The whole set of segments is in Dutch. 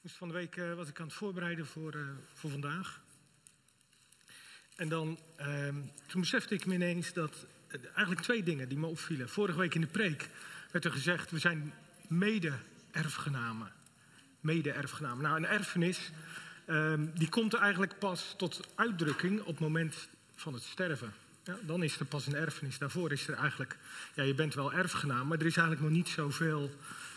Dus van de week was ik aan het voorbereiden voor vandaag. En dan, toen besefte ik me ineens dat eigenlijk twee dingen die me opvielen. Vorige week in de preek werd er gezegd, we zijn mede-erfgenamen. Mede-erfgenamen. Nou, een erfenis, die komt eigenlijk pas tot uitdrukking op het moment van het sterven. Ja, dan is er pas een erfenis. Daarvoor is er eigenlijk, ja, je bent wel erfgenaam, maar er is eigenlijk nog niet zoveel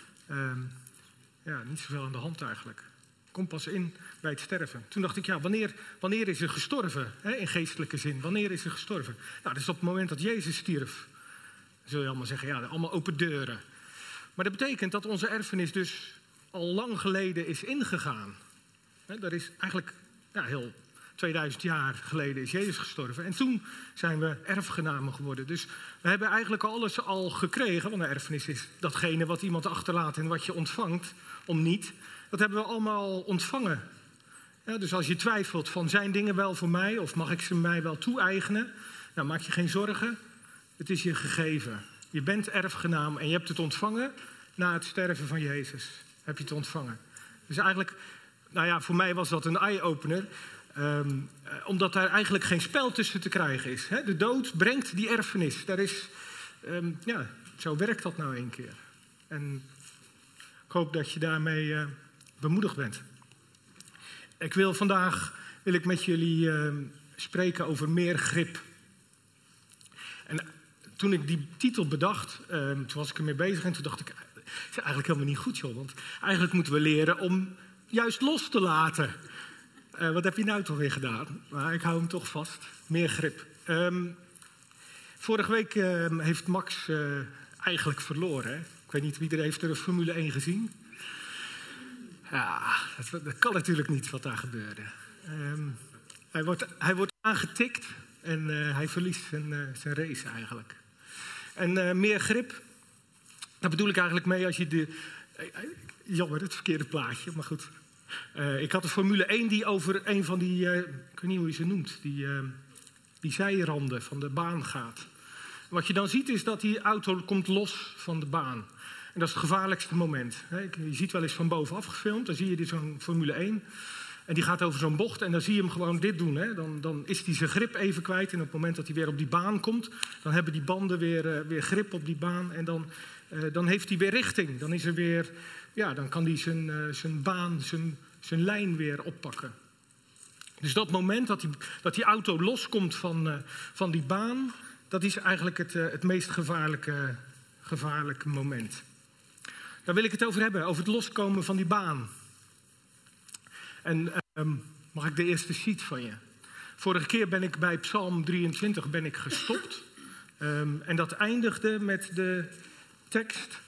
aan de hand eigenlijk. Komt pas in bij het sterven. Toen dacht ik, ja, wanneer is er gestorven? Hè, in geestelijke zin, wanneer is er gestorven? Nou, dat is op het moment dat Jezus stierf. Dan zul je allemaal zeggen, ja, allemaal open deuren. Maar dat betekent dat onze erfenis dus al lang geleden is ingegaan. Hè, dat is eigenlijk heel 2000 jaar geleden is Jezus gestorven. En toen zijn we erfgenamen geworden. Dus we hebben eigenlijk alles al gekregen. Want een erfenis is datgene wat iemand achterlaat en wat je ontvangt. Om niet. Dat hebben we allemaal ontvangen. Ja, dus als je twijfelt van zijn dingen wel voor mij of mag ik ze mij wel toe-eigenen. Nou, maak je geen zorgen. Het is je gegeven. Je bent erfgenaam en je hebt het ontvangen na het sterven van Jezus. Heb je het ontvangen. Dus eigenlijk, voor mij was dat een eye-opener. Omdat daar eigenlijk geen spel tussen te krijgen is. Hè? De dood brengt die erfenis. Daar is, zo werkt dat nou een keer. En ik hoop dat je daarmee bemoedigd bent. Vandaag wil ik met jullie spreken over meer grip. En toen ik die titel bedacht, toen was ik ermee bezig en toen dacht ik, het is eigenlijk helemaal niet goed, joh. Want eigenlijk moeten we leren om juist los te laten. Wat heb je nou toch weer gedaan? Maar ik hou hem toch vast. Meer grip. Vorige week heeft Max eigenlijk verloren. Hè? Ik weet niet wie er heeft de Formule 1 gezien. Ja, dat kan natuurlijk niet wat daar gebeurde. Hij wordt aangetikt en hij verliest zijn race eigenlijk. En meer grip, daar bedoel ik eigenlijk mee als je jammer, het verkeerde plaatje, maar goed. Ik had de Formule 1 die over een van die, ik weet niet hoe je ze noemt, die zijranden van de baan gaat. Wat je dan ziet is dat die auto komt los van de baan. En dat is het gevaarlijkste moment. Je ziet wel eens van bovenaf gefilmd, dan zie je zo'n Formule 1. En die gaat over zo'n bocht en dan zie je hem gewoon dit doen. Hè. Dan is hij zijn grip even kwijt en op het moment dat hij weer op die baan komt, dan hebben die banden weer grip op die baan en dan heeft hij weer richting. Dan is er weer, dan kan hij zijn baan, zijn lijn weer oppakken. Dus dat moment dat die auto loskomt van die baan, dat is eigenlijk het meest gevaarlijke moment. Daar wil ik het over hebben, over het loskomen van die baan. En mag ik de eerste sheet van je? Vorige keer ben ik bij Psalm 23 gestopt. En dat eindigde met de tekst.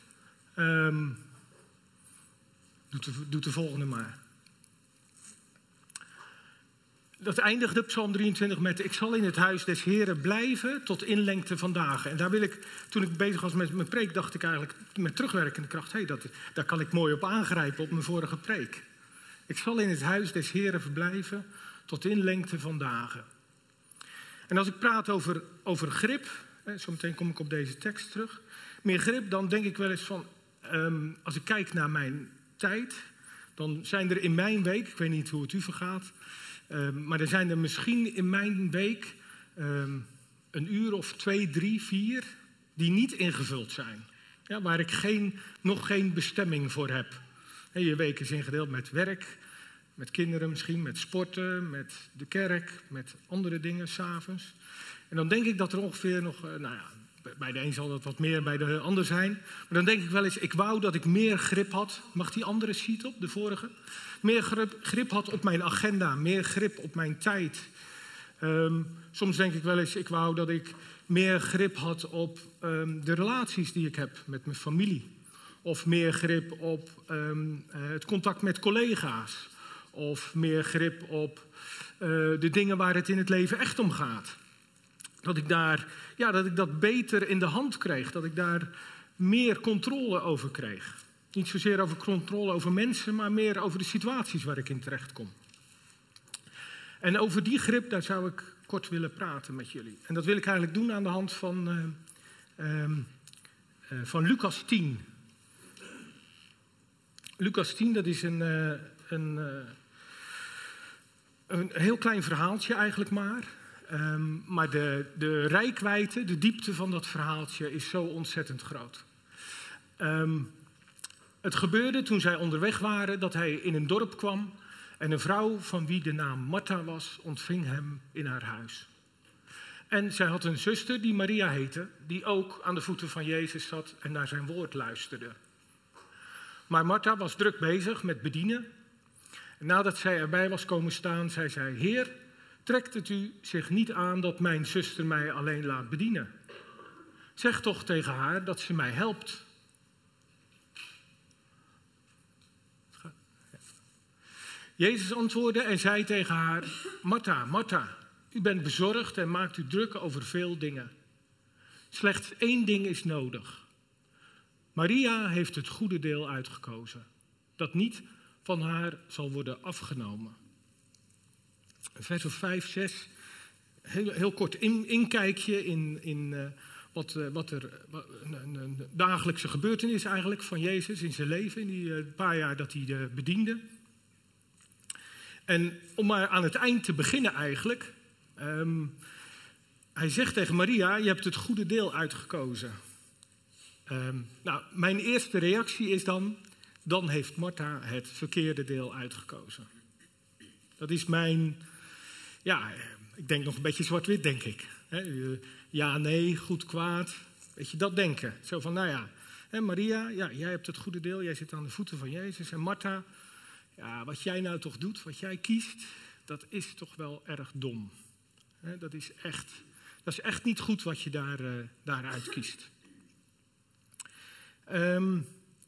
Doe de volgende maar. Dat eindigde Psalm 23 met: ik zal in het huis des Heren blijven tot inlengte van dagen. En daar wil ik, toen ik bezig was met mijn preek, dacht ik eigenlijk met terugwerkende kracht: daar kan ik mooi op aangrijpen op mijn vorige preek. Ik zal in het huis des Heren verblijven tot inlengte van dagen. En als ik praat over grip, zometeen kom ik op deze tekst terug. Meer grip, dan denk ik wel eens van, als ik kijk naar mijn tijd, dan zijn er in mijn week, ik weet niet hoe het u vergaat, maar er zijn er misschien in mijn week een uur of 2, 3, 4 die niet ingevuld zijn. Ja, waar ik nog geen bestemming voor heb. Je week is ingedeeld met werk, met kinderen misschien, met sporten, met de kerk, met andere dingen 's avonds. En dan denk ik dat er ongeveer nog, bij de een zal dat wat meer, bij de ander zijn. Maar dan denk ik wel eens, ik wou dat ik meer grip had. Mag die andere sheet op, de vorige? Meer grip had op mijn agenda, meer grip op mijn tijd. Soms denk ik wel eens, ik wou dat ik meer grip had op de relaties die ik heb met mijn familie. Of meer grip op het contact met collega's. Of meer grip op de dingen waar het in het leven echt om gaat. Dat ik dat beter in de hand kreeg. Dat ik daar meer controle over kreeg. Niet zozeer over controle over mensen, maar meer over de situaties waar ik in terecht kom. En over die grip, daar zou ik kort willen praten met jullie. En dat wil ik eigenlijk doen aan de hand van Lucas 10. Lucas 10, dat is een heel klein verhaaltje eigenlijk maar. Maar de reikwijdte, de diepte van dat verhaaltje is zo ontzettend groot. Het gebeurde toen zij onderweg waren dat hij in een dorp kwam. En een vrouw van wie de naam Martha was, ontving hem in haar huis. En zij had een zuster die Maria heette, die ook aan de voeten van Jezus zat en naar zijn woord luisterde. Maar Martha was druk bezig met bedienen. En nadat zij erbij was komen staan, zei zij: Heer, trekt het u zich niet aan dat mijn zuster mij alleen laat bedienen? Zeg toch tegen haar dat ze mij helpt. Jezus antwoordde en zei tegen haar: Martha, Martha, u bent bezorgd en maakt u druk over veel dingen. Slechts 1 ding is nodig. Maria heeft het goede deel uitgekozen, dat niet van haar zal worden afgenomen. Vers 5, 6, heel kort inkijkje in wat een dagelijkse gebeurtenis eigenlijk van Jezus in zijn leven, in die paar jaar dat hij bediende. En om maar aan het eind te beginnen eigenlijk, hij zegt tegen Maria: je hebt het goede deel uitgekozen. Mijn eerste reactie is dan heeft Martha het verkeerde deel uitgekozen. Dat is mijn, ik denk nog een beetje zwart-wit, denk ik. Ja, nee, goed, kwaad, weet je, dat denken. Zo van, Maria, jij hebt het goede deel, jij zit aan de voeten van Jezus. En Martha, wat jij nou toch doet, wat jij kiest, dat is toch wel erg dom. Dat is echt niet goed wat je daaruit kiest. En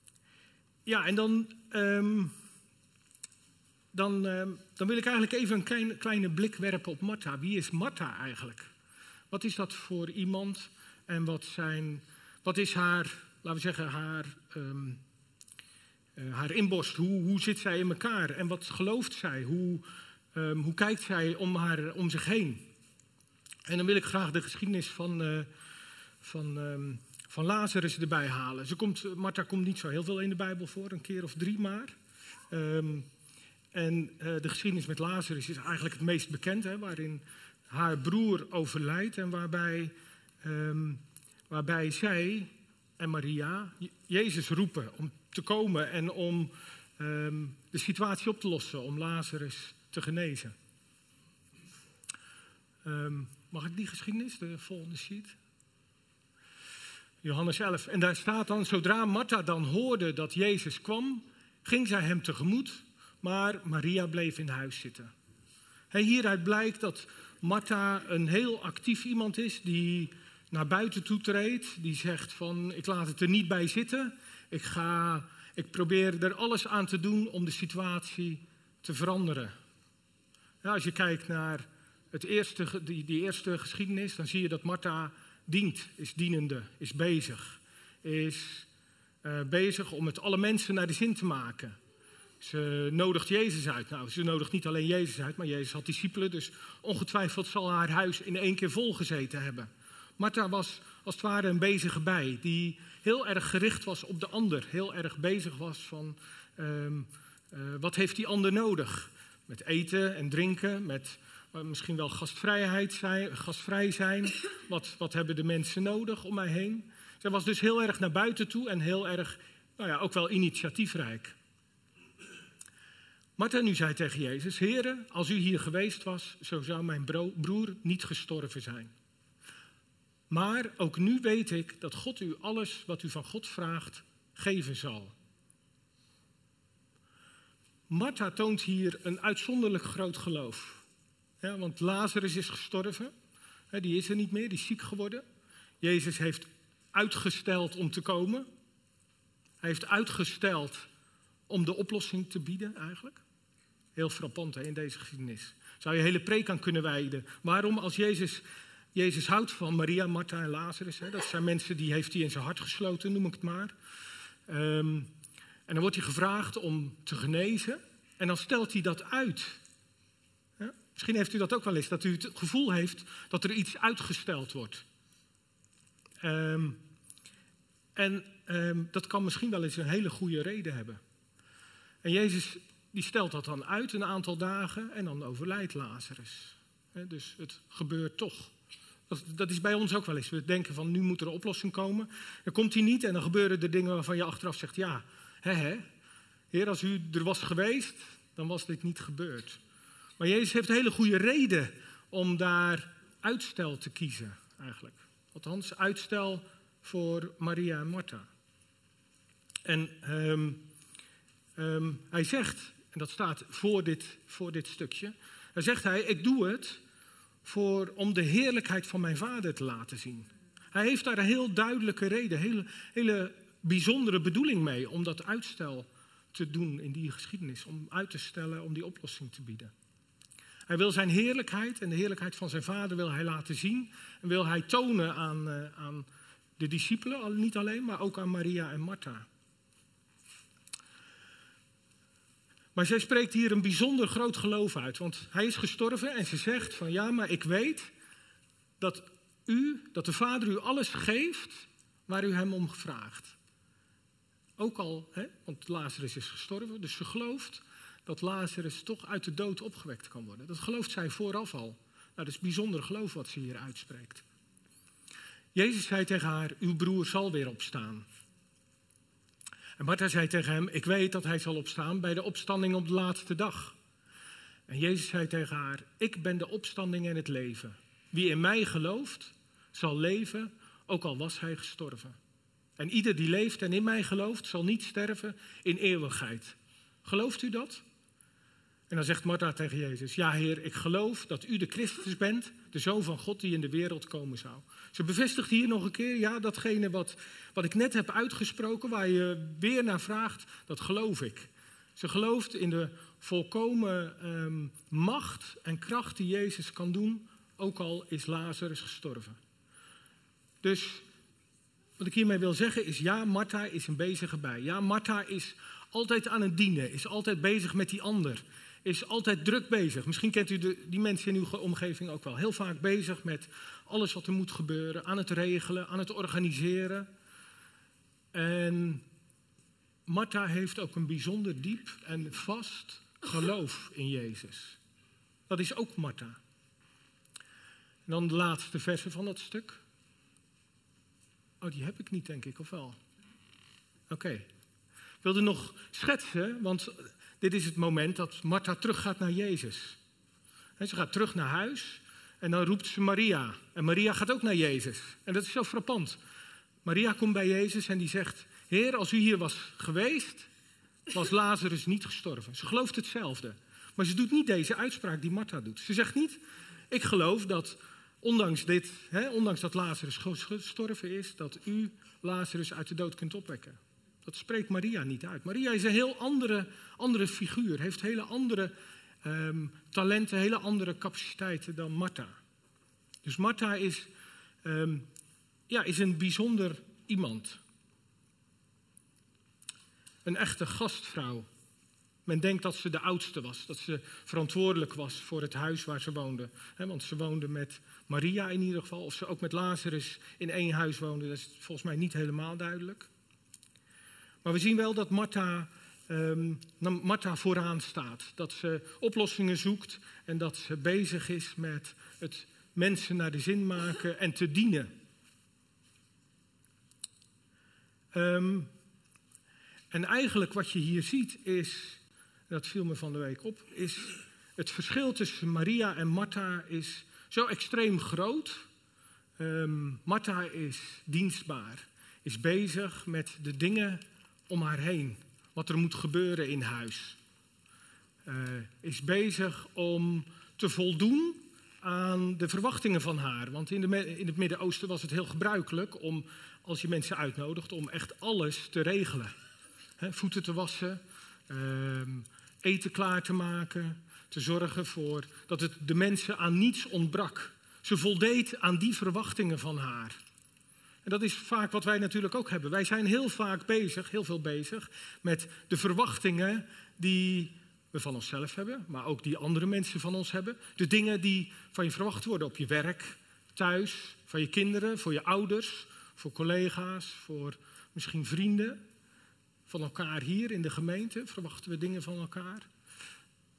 dan wil ik eigenlijk even een kleine blik werpen op Martha. Wie is Martha eigenlijk? Wat is dat voor iemand? En wat is haar, laten we zeggen, haar inborst? Hoe zit zij in elkaar? En wat gelooft zij? Hoe kijkt zij om zich heen? En dan wil ik graag de geschiedenis van Lazarus erbij halen. Martha komt niet zo heel veel in de Bijbel voor, een keer of 3 maar. De geschiedenis met Lazarus is eigenlijk het meest bekend, waarin haar broer overlijdt en waarbij zij en Maria Jezus roepen om te komen en om de situatie op te lossen, om Lazarus te genezen. Mag ik die geschiedenis, de volgende sheet? Johannes 11. En daar staat dan: zodra Martha dan hoorde dat Jezus kwam, ging zij hem tegemoet, maar Maria bleef in huis zitten. Hieruit blijkt dat Martha een heel actief iemand is die naar buiten toe treedt. Die zegt van, ik laat het er niet bij zitten. Ik probeer er alles aan te doen om de situatie te veranderen. Als je kijkt naar die eerste geschiedenis, dan zie je dat Martha dient, is dienende, is bezig. Is bezig om het alle mensen naar de zin te maken. Ze nodigt Jezus uit. Nou, ze nodigt niet alleen Jezus uit, maar Jezus had discipelen, dus ongetwijfeld zal haar huis in 1 keer volgezeten hebben. Martha was als het ware een bezige bij, die heel erg gericht was op de ander. Heel erg bezig was van, wat heeft die ander nodig? Met eten en drinken, met misschien wel gastvrij zijn. Wat hebben de mensen nodig om mij heen? Zij was dus heel erg naar buiten toe en heel erg, ook wel initiatiefrijk. Martha nu zei tegen Jezus: Heere, als u hier geweest was, zo zou mijn broer niet gestorven zijn. Maar ook nu weet ik dat God u alles wat u van God vraagt, geven zal. Martha toont hier een uitzonderlijk groot geloof. Want Lazarus is gestorven. Die is er niet meer, die is ziek geworden. Jezus heeft uitgesteld om te komen. Hij heeft uitgesteld om de oplossing te bieden eigenlijk. Heel frappant in deze geschiedenis. Zou je hele preek aan kunnen wijden. Waarom? Als Jezus houdt van Maria, Martha en Lazarus. Dat zijn mensen die heeft hij in zijn hart gesloten, noem ik het maar. En dan wordt hij gevraagd om te genezen. En dan stelt hij dat uit. Misschien heeft u dat ook wel eens. Dat u het gevoel heeft dat er iets uitgesteld wordt. Dat kan misschien wel eens een hele goede reden hebben. En Jezus die stelt dat dan uit een aantal dagen en dan overlijdt Lazarus. Dus het gebeurt toch. Dat is bij ons ook wel eens. We denken van nu moet er een oplossing komen. Dan komt die niet en dan gebeuren er dingen waarvan je achteraf zegt, ja, Heer, als u er was geweest, dan was dit niet gebeurd. Maar Jezus heeft een hele goede reden om daar uitstel te kiezen eigenlijk. Althans, uitstel voor Maria en Martha. En hij zegt, en dat staat voor dit stukje, dan zegt hij, ik doe het om de heerlijkheid van mijn Vader te laten zien. Hij heeft daar een heel duidelijke reden, hele bijzondere bedoeling mee om dat uitstel te doen in die geschiedenis, om uit te stellen, om die oplossing te bieden. Hij wil zijn heerlijkheid en de heerlijkheid van zijn Vader wil hij laten zien en wil hij tonen aan de discipelen, niet alleen, maar ook aan Maria en Martha. Maar zij spreekt hier een bijzonder groot geloof uit, want hij is gestorven en ze zegt van ja, maar ik weet dat de Vader u alles geeft waar u hem om vraagt. Ook al, want Lazarus is gestorven, dus ze gelooft dat Lazarus toch uit de dood opgewekt kan worden. Dat gelooft zij vooraf al. Nou, dat is bijzonder geloof wat ze hier uitspreekt. Jezus zei tegen haar, uw broer zal weer opstaan. En Martha zei tegen hem, ik weet dat hij zal opstaan bij de opstanding op de laatste dag. En Jezus zei tegen haar, ik ben de opstanding en het leven. Wie in mij gelooft, zal leven, ook al was hij gestorven. En ieder die leeft en in mij gelooft, zal niet sterven in eeuwigheid. Gelooft u dat? En dan zegt Martha tegen Jezus, ja Heer, ik geloof dat u de Christus bent, de Zoon van God die in de wereld komen zou. Ze bevestigt hier nog een keer, ja, datgene wat ik net heb uitgesproken, waar je weer naar vraagt, dat geloof ik. Ze gelooft in de volkomen macht en kracht die Jezus kan doen, ook al is Lazarus gestorven. Dus wat ik hiermee wil zeggen is, ja, Martha is een bezige bij. Ja, Martha is altijd aan het dienen, is altijd bezig met die ander. Is altijd druk bezig. Misschien kent u die mensen in uw omgeving ook wel. Heel vaak bezig met alles wat er moet gebeuren. Aan het regelen, aan het organiseren. En Martha heeft ook een bijzonder diep en vast geloof in Jezus. Dat is ook Martha. En dan de laatste versen van dat stuk. Oh, die heb ik niet, denk ik, of wel? Oké. Ik wilde nog schetsen, want dit is het moment dat Martha teruggaat naar Jezus. En ze gaat terug naar huis en dan roept ze Maria. En Maria gaat ook naar Jezus. En dat is zo frappant. Maria komt bij Jezus en die zegt, Heer, als u hier was geweest, was Lazarus niet gestorven. Ze gelooft hetzelfde. Maar ze doet niet deze uitspraak die Martha doet. Ze zegt niet, ik geloof dat ondanks dat Lazarus gestorven is, dat u Lazarus uit de dood kunt opwekken. Dat spreekt Maria niet uit. Maria is een heel andere figuur, heeft hele andere talenten, hele andere capaciteiten dan Martha. Dus Martha is een bijzonder iemand. Een echte gastvrouw. Men denkt dat ze de oudste was, dat ze verantwoordelijk was voor het huis waar ze woonde. Want ze woonde met Maria in ieder geval, of ze ook met Lazarus in één huis woonde, dat is volgens mij niet helemaal duidelijk. Maar we zien wel dat Martha vooraan staat. Dat ze oplossingen zoekt en dat ze bezig is met het mensen naar de zin maken en te dienen. En eigenlijk wat je hier ziet is, dat viel me van de week op, is het verschil tussen Maria en Martha is zo extreem groot. Martha is dienstbaar, is bezig met de dingen om haar heen, wat er moet gebeuren in huis. Is bezig om te voldoen aan de verwachtingen van haar. Want in het Midden-Oosten was het heel gebruikelijk om, als je mensen uitnodigt, om echt alles te regelen. Voeten te wassen, eten klaar te maken, te zorgen voor dat het de mensen aan niets ontbrak. Ze voldeed aan die verwachtingen van haar. En dat is vaak wat wij natuurlijk ook hebben. Wij zijn heel veel bezig met de verwachtingen die we van onszelf hebben, maar ook die andere mensen van ons hebben. De dingen die van je verwacht worden op je werk, thuis, van je kinderen, voor je ouders, voor collega's, voor misschien vrienden. Van elkaar hier in de gemeente verwachten we dingen van elkaar.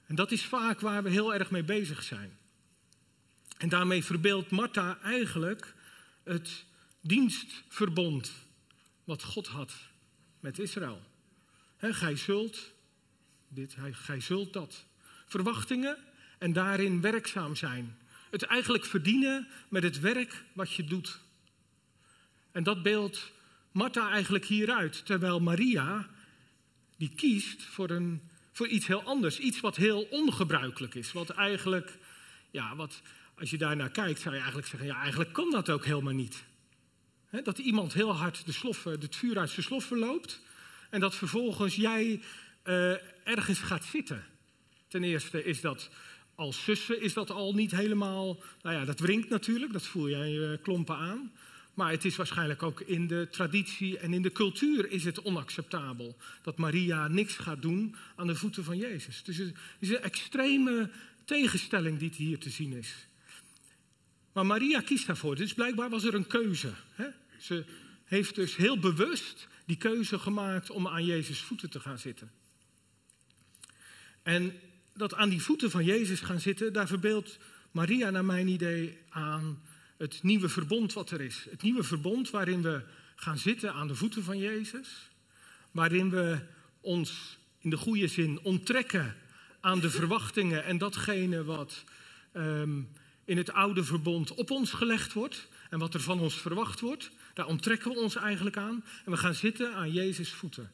En dat is vaak waar we heel erg mee bezig zijn. En daarmee verbeeldt Martha eigenlijk het dienstverbond wat God had met Israël. Gij zult dit, gij zult dat. Verwachtingen en daarin werkzaam zijn. Het eigenlijk verdienen met het werk wat je doet. En dat beeldt Martha eigenlijk hieruit. Terwijl Maria, die kiest voor iets heel anders. Iets wat heel ongebruikelijk is. Wat eigenlijk, als je daarnaar kijkt, zou je eigenlijk zeggen, eigenlijk kan dat ook helemaal niet. Dat iemand heel hard het vuur uit zijn sloffen loopt. En dat vervolgens jij ergens gaat zitten. Ten eerste is dat als zussen is dat al niet helemaal, dat wringt natuurlijk, dat voel jij klompen aan. Maar het is waarschijnlijk ook in de traditie en in de cultuur is het onacceptabel. Dat Maria niks gaat doen aan de voeten van Jezus. Dus het is een extreme tegenstelling die hier te zien is. Maar Maria kiest daarvoor, dus blijkbaar was er een keuze. Ze heeft dus heel bewust die keuze gemaakt om aan Jezus' voeten te gaan zitten. En dat aan die voeten van Jezus gaan zitten, daar verbeeldt Maria naar mijn idee aan het nieuwe verbond wat er is. Het nieuwe verbond waarin we gaan zitten aan de voeten van Jezus. Waarin we ons in de goede zin onttrekken aan de verwachtingen en datgene wat in het oude verbond op ons gelegd wordt. En wat er van ons verwacht wordt. Daar onttrekken we ons eigenlijk aan. En we gaan zitten aan Jezus' voeten.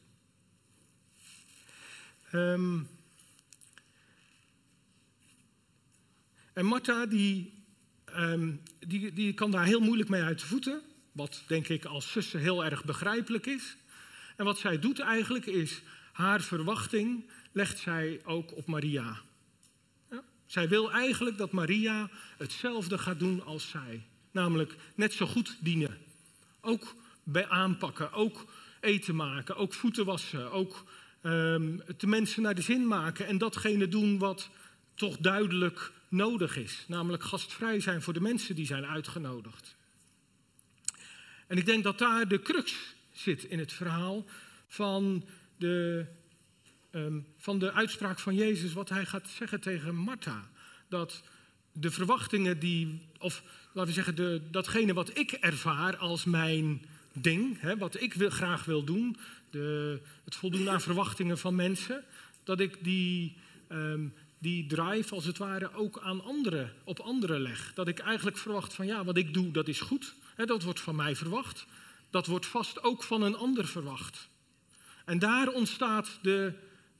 En Martha die kan daar heel moeilijk mee uit de voeten. Wat denk ik als zussen heel erg begrijpelijk is. En wat zij doet eigenlijk is, haar verwachting legt zij ook op Maria. Ja? Zij wil eigenlijk dat Maria hetzelfde gaat doen als zij. Namelijk net zo goed dienen. Ook bij aanpakken, ook eten maken, ook voeten wassen. Ook de mensen naar de zin maken en datgene doen wat toch duidelijk nodig is. Namelijk gastvrij zijn voor de mensen die zijn uitgenodigd. En ik denk dat daar de crux zit in het verhaal van de uitspraak van Jezus, wat hij gaat zeggen tegen Martha. Dat de verwachtingen of laten we zeggen, datgene wat ik ervaar als mijn ding, wat ik graag wil doen, het voldoen aan verwachtingen van mensen, dat ik die drive als het ware ook op anderen leg. Dat ik eigenlijk verwacht van wat ik doe, dat is goed. Dat wordt van mij verwacht. Dat wordt vast ook van een ander verwacht. En daar ontstaat de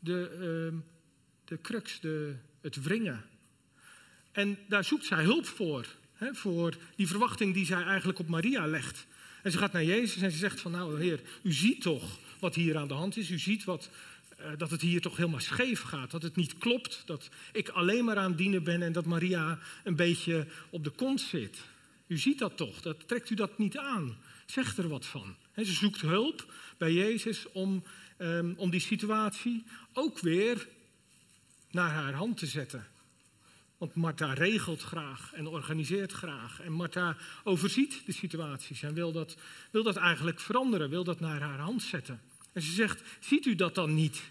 crux, het wringen. En daar zoekt zij hulp voor die verwachting die zij eigenlijk op Maria legt. En ze gaat naar Jezus en ze zegt van Heer, u ziet toch wat hier aan de hand is. U ziet dat het hier toch helemaal scheef gaat. Dat het niet klopt, dat ik alleen maar aan het dienen ben en dat Maria een beetje op de kont zit. U ziet dat toch, trekt u dat niet aan. Zeg er wat van. Ze zoekt hulp bij Jezus om die situatie ook weer naar haar hand te zetten. Want Martha regelt graag en organiseert graag. En Martha overziet de situaties en wil dat eigenlijk veranderen, wil dat naar haar hand zetten. En ze zegt, ziet u dat dan niet?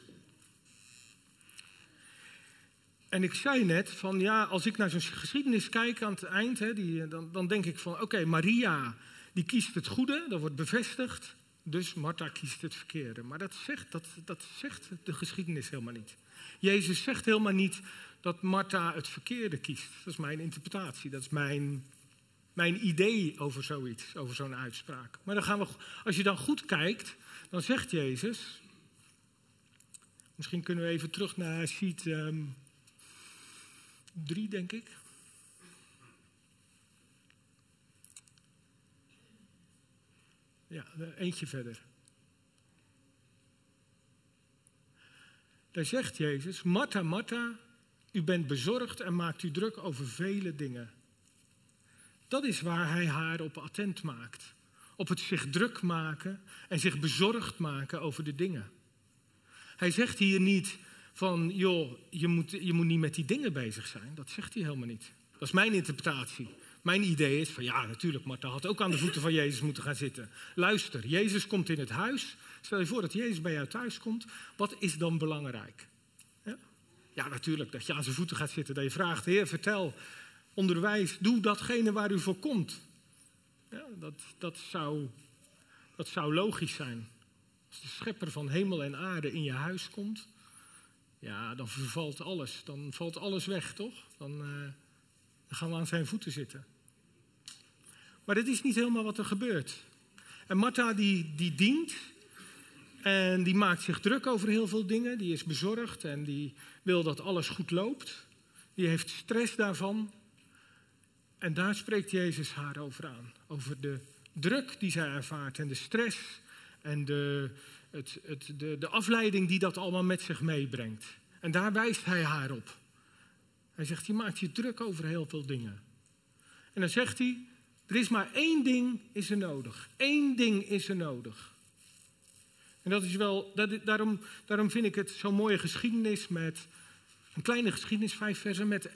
En ik zei net van als ik naar zo'n geschiedenis kijk aan het eind, dan denk ik van oké, Maria die kiest het goede, dat wordt bevestigd. Dus Martha kiest het verkeerde. Maar dat zegt de geschiedenis helemaal niet. Jezus zegt helemaal niet dat Martha het verkeerde kiest. Dat is mijn interpretatie, dat is mijn idee over zoiets, over zo'n uitspraak. Maar als je dan goed kijkt, dan zegt Jezus, misschien kunnen we even terug naar sheet 3, denk ik. Ja, eentje verder. Daar zegt Jezus, Martha, Martha, u bent bezorgd en maakt u druk over vele dingen. Dat is waar hij haar op attent maakt. Op het zich druk maken en zich bezorgd maken over de dingen. Hij zegt hier niet van, je moet niet met die dingen bezig zijn. Dat zegt hij helemaal niet. Dat is mijn interpretatie. Mijn idee is van, natuurlijk, Martha had ook aan de voeten van Jezus moeten gaan zitten. Luister, Jezus komt in het huis. Stel je voor dat Jezus bij jou thuis komt. Wat is dan belangrijk? Ja? Ja, natuurlijk, dat je aan zijn voeten gaat zitten. Dat je vraagt, Heer, vertel, onderwijs, doe datgene waar u voor komt. Ja, dat zou logisch zijn. Als de schepper van hemel en aarde in je huis komt, ja, dan vervalt alles. Dan valt alles weg, toch? Dan gaan we aan zijn voeten zitten. Maar dit is niet helemaal wat er gebeurt. En Martha die dient en die maakt zich druk over heel veel dingen. Die is bezorgd en die wil dat alles goed loopt. Die heeft stress daarvan. En daar spreekt Jezus haar over aan. Over de druk die zij ervaart en de stress en de afleiding die dat allemaal met zich meebrengt. En daar wijst hij haar op. Hij zegt, je maakt je druk over heel veel dingen. En dan zegt hij, er is maar één ding is er nodig. Eén ding is er nodig. En dat is wel, daarom vind ik het zo'n mooie geschiedenis met, een kleine geschiedenis, 5 versen, met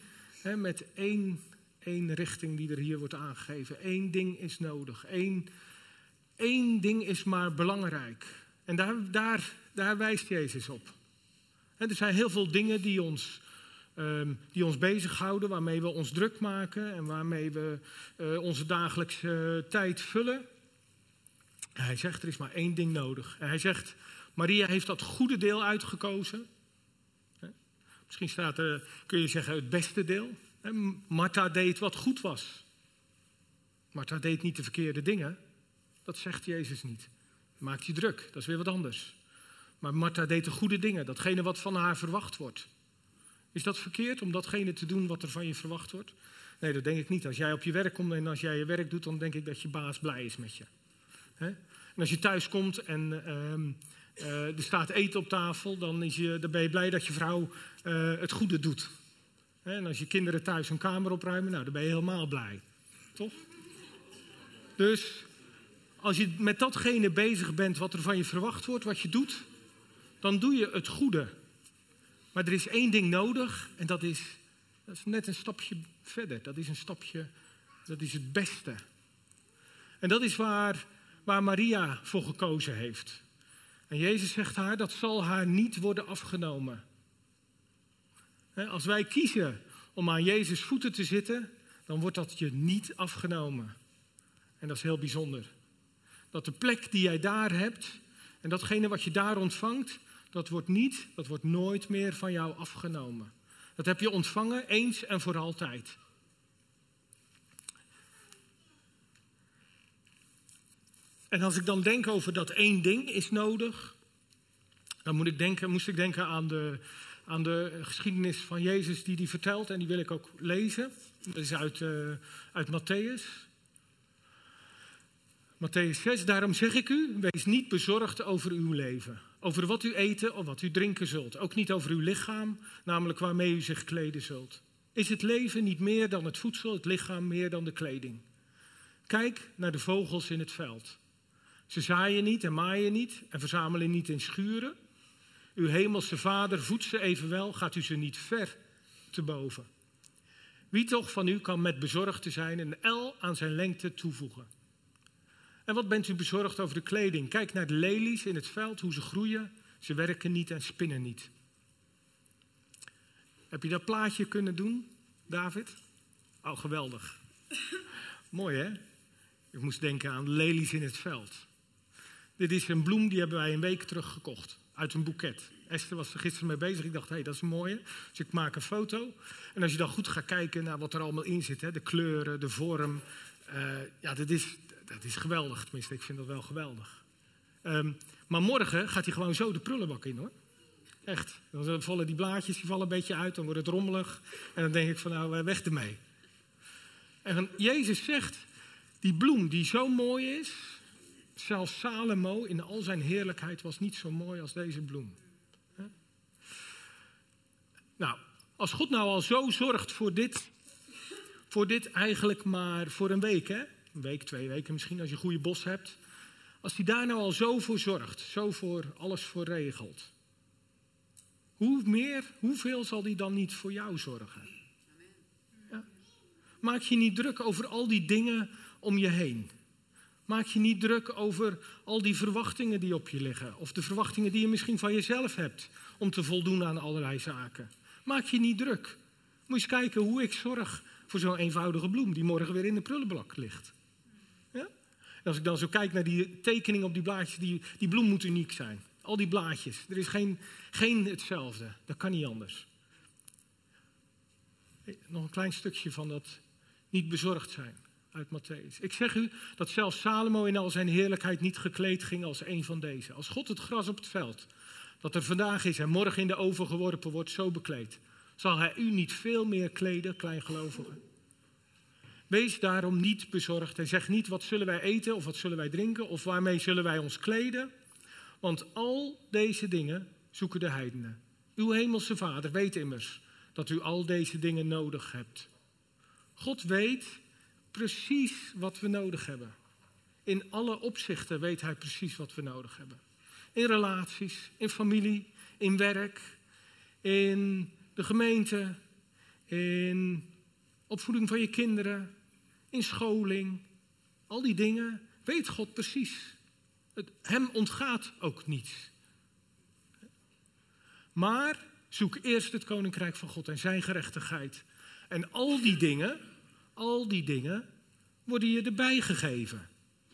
één richting die er hier wordt aangegeven. Eén ding is nodig. Eén ding is maar belangrijk. En daar wijst Jezus op. En er zijn heel veel dingen die ons bezighouden, waarmee we ons druk maken en waarmee we onze dagelijkse tijd vullen. En hij zegt, er is maar één ding nodig. En hij zegt, Maria heeft dat goede deel uitgekozen. Misschien kun je zeggen, het beste deel. Martha deed wat goed was. Martha deed niet de verkeerde dingen. Dat zegt Jezus niet. Maakt je druk, dat is weer wat anders. Maar Martha deed de goede dingen, datgene wat van haar verwacht wordt. Is dat verkeerd om datgene te doen wat er van je verwacht wordt? Nee, dat denk ik niet. Als jij op je werk komt en als jij je werk doet, dan denk ik dat je baas blij is met je. En als je thuis komt en er staat eten op tafel, dan ben je blij dat je vrouw het goede doet. En als je kinderen thuis een kamer opruimen, nou, dan ben je helemaal blij. Toch? Dus als je met datgene bezig bent wat er van je verwacht wordt, wat je doet, dan doe je het goede. Maar er is één ding nodig en dat is net een stapje verder. Dat is het beste. En dat is waar Maria voor gekozen heeft. En Jezus zegt haar, dat zal haar niet worden afgenomen. Als wij kiezen om aan Jezus voeten te zitten, dan wordt dat je niet afgenomen. En dat is heel bijzonder. Dat de plek die jij daar hebt en datgene wat je daar ontvangt, dat wordt nooit meer van jou afgenomen. Dat heb je ontvangen eens en voor altijd. En als ik dan denk over dat één ding is nodig, dan moest ik denken aan de geschiedenis van Jezus die vertelt. En die wil ik ook lezen. Dat is uit Matthäus. Matthäus 6, daarom zeg ik u, wees niet bezorgd over uw leven. Over wat u eten of wat u drinken zult. Ook niet over uw lichaam, namelijk waarmee u zich kleden zult. Is het leven niet meer dan het voedsel, het lichaam meer dan de kleding? Kijk naar de vogels in het veld. Ze zaaien niet en maaien niet en verzamelen niet in schuren. Uw hemelse Vader voedt ze evenwel, gaat u ze niet ver te boven. Wie toch van u kan met bezorgd te zijn een el aan zijn lengte toevoegen? En wat bent u bezorgd over de kleding? Kijk naar de lelies in het veld, hoe ze groeien. Ze werken niet en spinnen niet. Heb je dat plaatje kunnen doen, David? Oh, geweldig. Mooi, hè? Ik moest denken aan de lelies in het veld. Dit is een bloem, die hebben wij een week terug gekocht. Uit een boeket. Esther was er gisteren mee bezig. Ik dacht, hé, dat is een mooie. Dus ik maak een foto. En als je dan goed gaat kijken naar wat er allemaal in zit. Hè, de kleuren, de vorm. Ja, dat is geweldig. Tenminste, ik vind dat wel geweldig. Maar morgen gaat hij gewoon zo de prullenbak in, hoor. Echt. Dan vallen die blaadjes die vallen een beetje uit. Dan wordt het rommelig. En dan denk ik van, nou, weg ermee. En Jezus zegt, die bloem die zo mooi is, zelfs Salomo in al zijn heerlijkheid was niet zo mooi als deze bloem. Nou, als God nou al zo zorgt voor dit eigenlijk maar voor een week, hè? Een week, 2 weken misschien, als je een goede bos hebt. Als hij daar nou al zo voor zorgt, zo voor alles voor regelt. Hoeveel zal hij dan niet voor jou zorgen? Ja? Maak je niet druk over al die dingen om je heen. Maak je niet druk over al die verwachtingen die op je liggen. Of de verwachtingen die je misschien van jezelf hebt om te voldoen aan allerlei zaken. Maak je niet druk. Moet je eens kijken hoe ik zorg voor zo'n eenvoudige bloem die morgen weer in de prullenbak ligt. Ja? En als ik dan zo kijk naar die tekening op die blaadjes, die bloem moet uniek zijn. Al die blaadjes. Er is geen hetzelfde. Dat kan niet anders. Nog een klein stukje van dat niet bezorgd zijn uit Mattheüs. Ik zeg u dat zelfs Salomo in al zijn heerlijkheid niet gekleed ging als een van deze. Als God het gras op het veld, dat er vandaag is en morgen in de oven geworpen wordt, zo bekleed, zal hij u niet veel meer kleden, kleingelovigen. Wees daarom niet bezorgd en zeg niet wat zullen wij eten of wat zullen wij drinken of waarmee zullen wij ons kleden. Want al deze dingen zoeken de heidenen. Uw hemelse Vader weet immers dat u al deze dingen nodig hebt. God weet precies wat we nodig hebben. In alle opzichten weet hij precies wat we nodig hebben. In relaties, in familie, in werk, in de gemeente, in opvoeding van je kinderen, in scholing. Al die dingen weet God precies. Hem ontgaat ook niets. Maar zoek eerst het koninkrijk van God en zijn gerechtigheid. En al die dingen worden je erbij gegeven.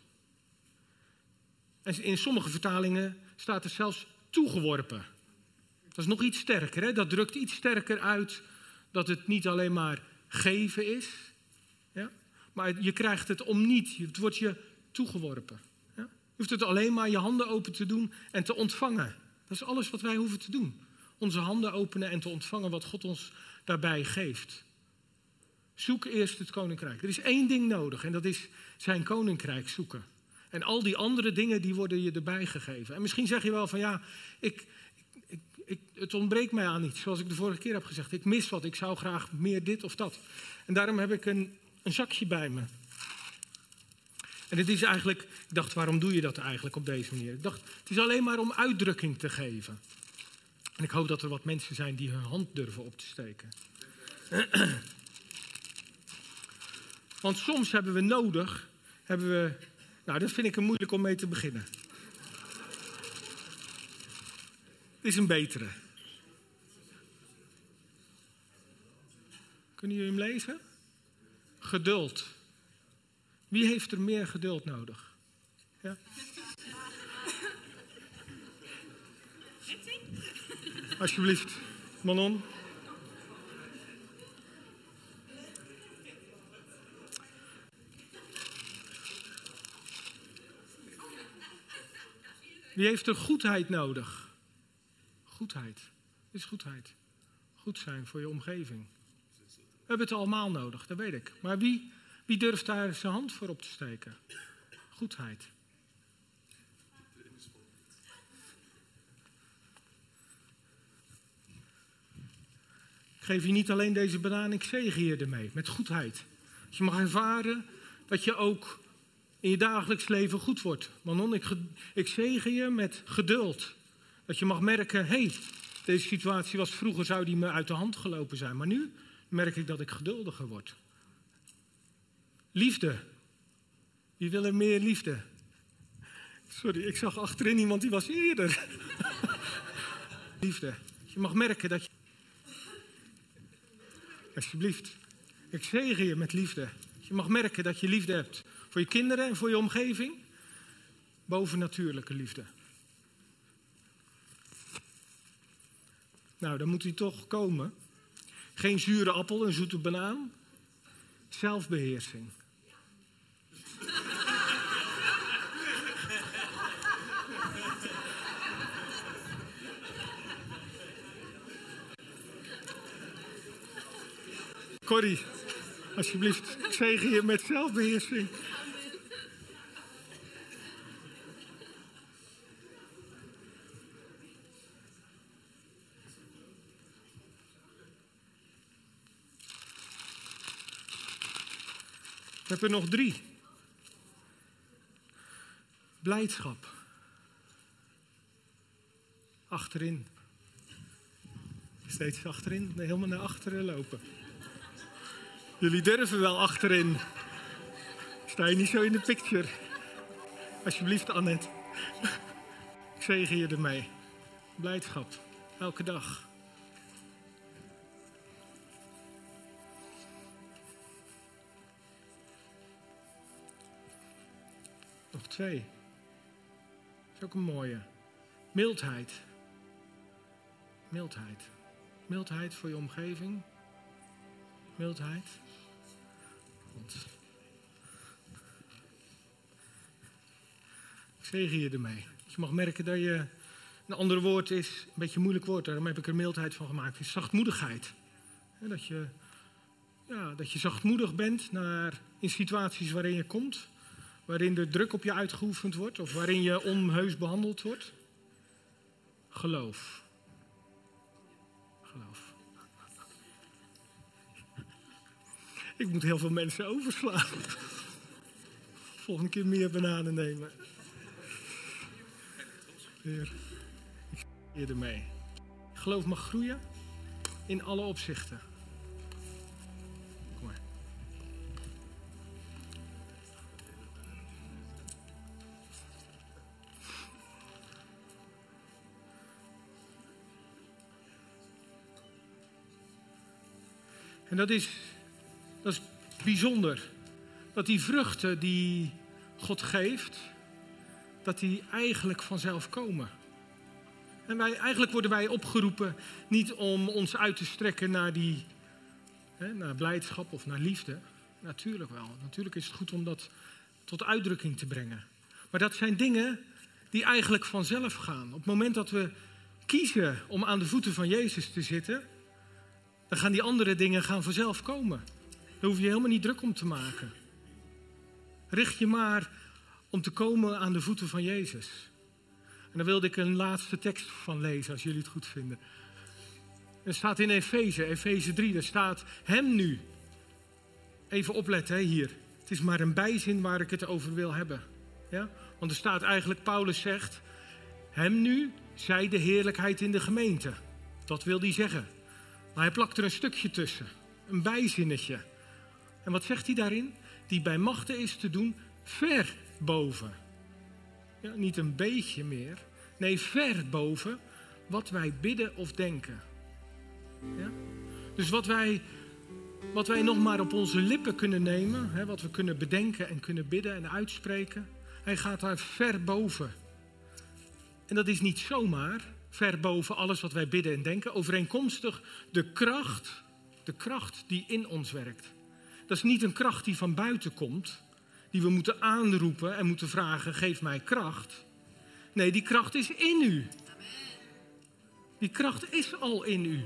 En in sommige vertalingen staat er zelfs toegeworpen. Dat is nog iets sterker, hè? Dat drukt iets sterker uit dat het niet alleen maar geven is. Ja? Maar je krijgt het om niet. Het wordt je toegeworpen. Ja? Je hoeft het alleen maar je handen open te doen en te ontvangen. Dat is alles wat wij hoeven te doen. Onze handen openen en te ontvangen wat God ons daarbij geeft. Zoek eerst het koninkrijk. Er is één ding nodig en dat is zijn koninkrijk zoeken. En al die andere dingen die worden je erbij gegeven. En misschien zeg je wel van ja, het ontbreekt mij aan iets. Zoals ik de vorige keer heb gezegd. Ik mis wat, ik zou graag meer dit of dat. En daarom heb ik een zakje bij me. En het is eigenlijk, ik dacht waarom doe je dat eigenlijk op deze manier? Ik dacht het is alleen maar om uitdrukking te geven. En ik hoop dat er wat mensen zijn die hun hand durven op te steken. Want soms hebben we nodig, nou dat vind ik moeilijk om mee te beginnen. Dit is een betere. Kunnen jullie hem lezen? Geduld. Wie heeft er meer geduld nodig? Ja? Alsjeblieft, Manon. Wie heeft er goedheid nodig? Goedheid. Is goedheid. Goed zijn voor je omgeving. We hebben het allemaal nodig, dat weet ik. Maar wie durft daar zijn hand voor op te steken? Goedheid. Ik geef je niet alleen deze banaan, ik zegen je ermee, met goedheid. Dat je mag ervaren dat je ook in je dagelijks leven goed wordt. Manon, ik zegen je met geduld. Dat je mag merken, deze situatie was vroeger, zou die me uit de hand gelopen zijn. Maar nu merk ik dat ik geduldiger word. Liefde. Wie wil er meer liefde? Sorry, ik zag achterin iemand die was eerder. Liefde. Je mag merken dat je... Alsjeblieft. Ik zegen je met liefde. Je mag merken dat je liefde hebt. Voor je kinderen en voor je omgeving. Bovennatuurlijke liefde. Nou, dan moet hij toch komen. Geen zure appel, een zoete banaan. Zelfbeheersing. Corrie, alsjeblieft, ik zegen je met zelfbeheersing. Ik heb er nog 3. Blijdschap. Achterin. Steeds achterin, helemaal naar achteren lopen. Jullie durven wel achterin. Sta je niet zo in de picture. Alsjeblieft, Annette. Ik zegen je ermee. Blijdschap. Elke dag. Nog 2. Dat is ook een mooie. Mildheid. Mildheid. Mildheid voor je omgeving. Mildheid. God. Ik zegen je ermee. Je mag merken dat je... Een ander woord is een beetje een moeilijk woord. Daarom heb ik er mildheid van gemaakt. Het is zachtmoedigheid. Dat je zachtmoedig bent in situaties waarin je komt. Waarin er druk op je uitgeoefend wordt. Of waarin je onheus behandeld wordt. Geloof. Geloof. Ik moet heel veel mensen overslaan. Volgende keer meer bananen nemen. Heer, ik zie je ermee. Geloof mag groeien in alle opzichten. Kom maar. En dat is bijzonder. Dat die vruchten die God geeft, dat die eigenlijk vanzelf komen. En eigenlijk worden wij opgeroepen niet om ons uit te strekken naar naar blijdschap of naar liefde. Natuurlijk wel. Natuurlijk is het goed om dat tot uitdrukking te brengen. Maar dat zijn dingen die eigenlijk vanzelf gaan. Op het moment dat we kiezen om aan de voeten van Jezus te zitten, dan gaan die andere dingen vanzelf komen. Daar hoef je helemaal niet druk om te maken. Richt je maar om te komen aan de voeten van Jezus. En daar wilde ik een laatste tekst van lezen, als jullie het goed vinden. Er staat in Efeze 3, daar staat hem nu. Even opletten hier. Het is maar een bijzin waar ik het over wil hebben. Ja? Want er staat eigenlijk, Paulus zegt, hem nu zij de heerlijkheid in de gemeente. Dat wil hij zeggen. Maar hij plakt er een stukje tussen. Een bijzinnetje. En wat zegt hij daarin? Die bij machte is te doen ver boven. Ja, niet een beetje meer. Nee, ver boven wat wij bidden of denken. Ja? Dus wat wij nog maar op onze lippen kunnen nemen, wat we kunnen bedenken en kunnen bidden en uitspreken, hij gaat daar ver boven. En dat is niet zomaar ver boven alles wat wij bidden en denken, overeenkomstig de kracht die in ons werkt. Dat is niet een kracht die van buiten komt, die we moeten aanroepen en moeten vragen, geef mij kracht. Nee, die kracht is in u. Die kracht is al in u.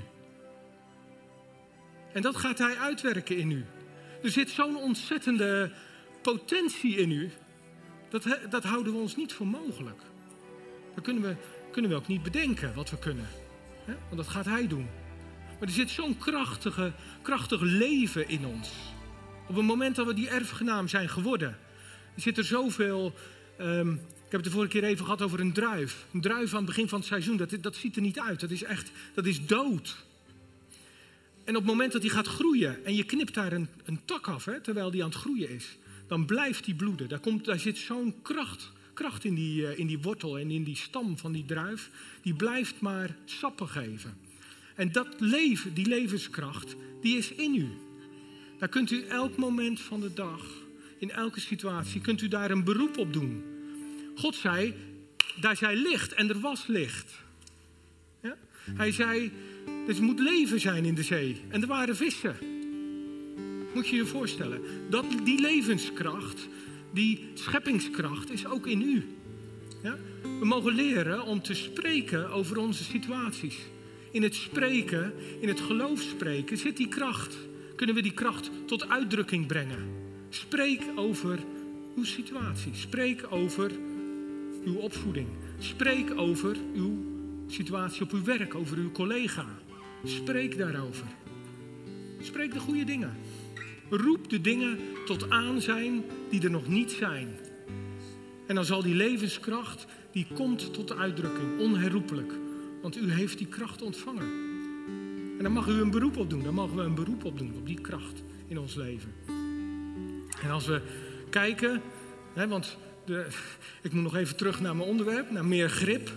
En dat gaat hij uitwerken in u. Er zit zo'n ontzettende potentie in u, dat houden we ons niet voor mogelijk. Dat kunnen we ook niet bedenken wat we kunnen. Hè? Want dat gaat hij doen. Maar er zit zo'n krachtig leven in ons. Op het moment dat we die erfgenaam zijn geworden, zit er zoveel. Ik heb het de vorige keer even gehad over een druif. Een druif aan het begin van het seizoen, dat ziet er niet uit. Dat is dood. En op het moment dat die gaat groeien en je knipt daar een tak af, terwijl die aan het groeien is, dan blijft die bloeden. Daar zit zo'n kracht in die wortel en in die stam van die druif. Die blijft maar sappen geven. En die levenskracht, die is in u. Daar kunt u elk moment van de dag, in elke situatie, kunt u daar een beroep op doen. God zei, daar zij licht en er was licht. Ja? Hij zei, er moet leven zijn in de zee. En er waren vissen. Moet je je voorstellen. Die levenskracht, die scheppingskracht is ook in u. Ja? We mogen leren om te spreken over onze situaties. In het spreken, in het geloof spreken, zit die kracht. Kunnen we die kracht tot uitdrukking brengen. Spreek over uw situatie. Spreek over uw opvoeding. Spreek over uw situatie op uw werk, over uw collega. Spreek daarover. Spreek de goede dingen. Roep de dingen tot aanzijn die er nog niet zijn. En dan zal die levenskracht, die komt tot de uitdrukking, onherroepelijk. Want u heeft die kracht ontvangen. En dan mag u een beroep op doen. Dan mogen we een beroep op doen, op die kracht in ons leven. En als we kijken, want Ik moet nog even terug naar mijn onderwerp, naar meer grip.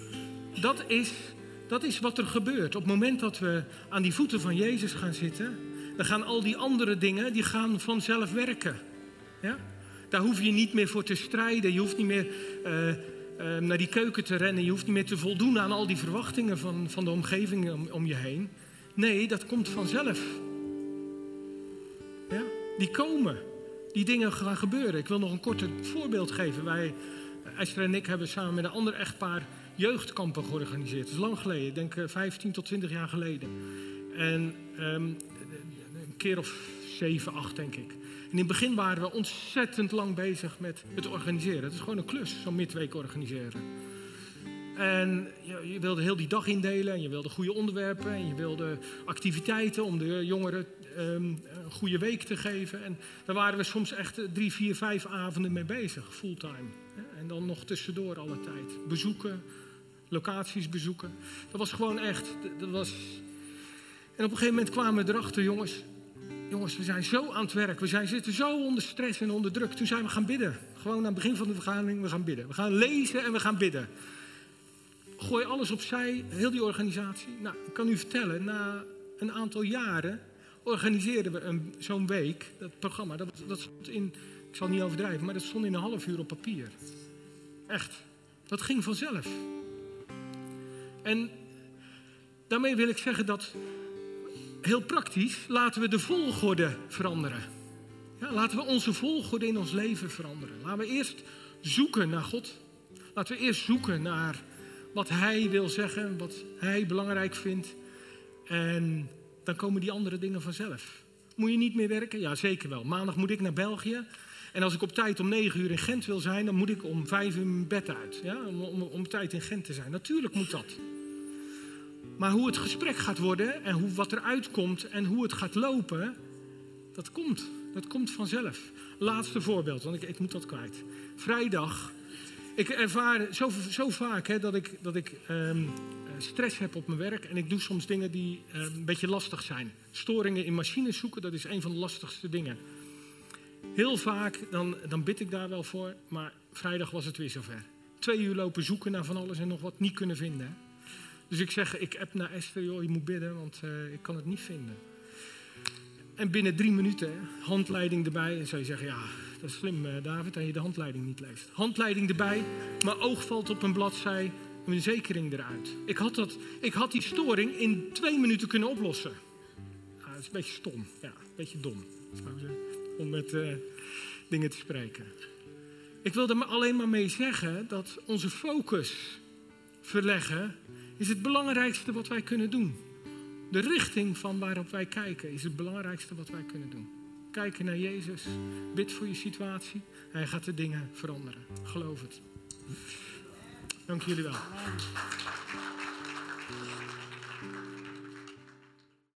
Dat is wat er gebeurt. Op het moment dat we aan die voeten van Jezus gaan zitten, dan gaan al die andere dingen, die gaan vanzelf werken. Ja? Daar hoef je niet meer voor te strijden. Je hoeft niet meer naar die keuken te rennen. Je hoeft niet meer te voldoen aan al die verwachtingen van de omgeving om je heen. Nee, dat komt vanzelf. Ja? Die komen. Die dingen gaan gebeuren. Ik wil nog een kort voorbeeld geven. Wij, Esther en ik, hebben samen met een ander echtpaar jeugdkampen georganiseerd. Dat is lang geleden. Ik denk 15 tot 20 jaar geleden. En een keer of 7, 8 denk ik. En in het begin waren we ontzettend lang bezig met het organiseren. Het is gewoon een klus, zo'n midweek organiseren. En je wilde heel die dag indelen en je wilde goede onderwerpen en je wilde activiteiten om de jongeren een goede week te geven. En daar waren we soms echt 3, 4, 5 avonden mee bezig, fulltime. En dan nog tussendoor alle tijd. Bezoeken, locaties bezoeken. Dat was gewoon echt. En op een gegeven moment kwamen we erachter, jongens, we zijn zo aan het werk. We zitten zo onder stress en onder druk. Toen zijn we gaan bidden. Gewoon aan het begin van de vergadering, we gaan bidden. We gaan lezen en we gaan bidden. Gooi alles opzij, heel die organisatie. Nou, ik kan u vertellen, na een aantal jaren organiseerden we zo'n week. Dat programma, dat stond in, ik zal niet overdrijven, maar dat stond in een half uur op papier. Echt, dat ging vanzelf. En daarmee wil ik zeggen dat, heel praktisch, laten we de volgorde veranderen. Ja, laten we onze volgorde in ons leven veranderen. Laten we eerst zoeken naar God. Laten we eerst zoeken naar wat Hij wil zeggen, wat Hij belangrijk vindt. En dan komen die andere dingen vanzelf. Moet je niet meer werken? Ja, zeker wel. Maandag moet ik naar België. En als ik op tijd om 9 uur in Gent wil zijn, dan moet ik om 5 uur mijn bed uit. Ja? Om tijd in Gent te zijn. Natuurlijk moet dat. Maar hoe het gesprek gaat worden en wat eruit komt en hoe het gaat lopen, dat komt. Dat komt vanzelf. Laatste voorbeeld, want ik moet dat kwijt. Vrijdag. Ik ervaar zo vaak dat ik stress heb op mijn werk. En ik doe soms dingen die een beetje lastig zijn. Storingen in machines zoeken, dat is een van de lastigste dingen. Heel vaak, dan bid ik daar wel voor. Maar vrijdag was het weer zover. 2 uur lopen zoeken naar van alles en nog wat niet kunnen vinden. Hè? Dus ik app naar Esther, joh, je moet bidden, want ik kan het niet vinden. En binnen 3 minuten, handleiding erbij. En zou je zeggen, ja, dat is slim David, dat je de handleiding niet leest. Handleiding erbij, mijn oog valt op een bladzij, mijn zekering eruit. Ik had die storing in 2 minuten kunnen oplossen. Dat is een beetje stom, ja, een beetje dom. Om met dingen te spreken. Ik wil er alleen maar mee zeggen dat onze focus verleggen is het belangrijkste wat wij kunnen doen. De richting van waarop wij kijken is het belangrijkste wat wij kunnen doen. Kijken naar Jezus, bid voor je situatie. Hij gaat de dingen veranderen. Geloof het. Dank jullie wel.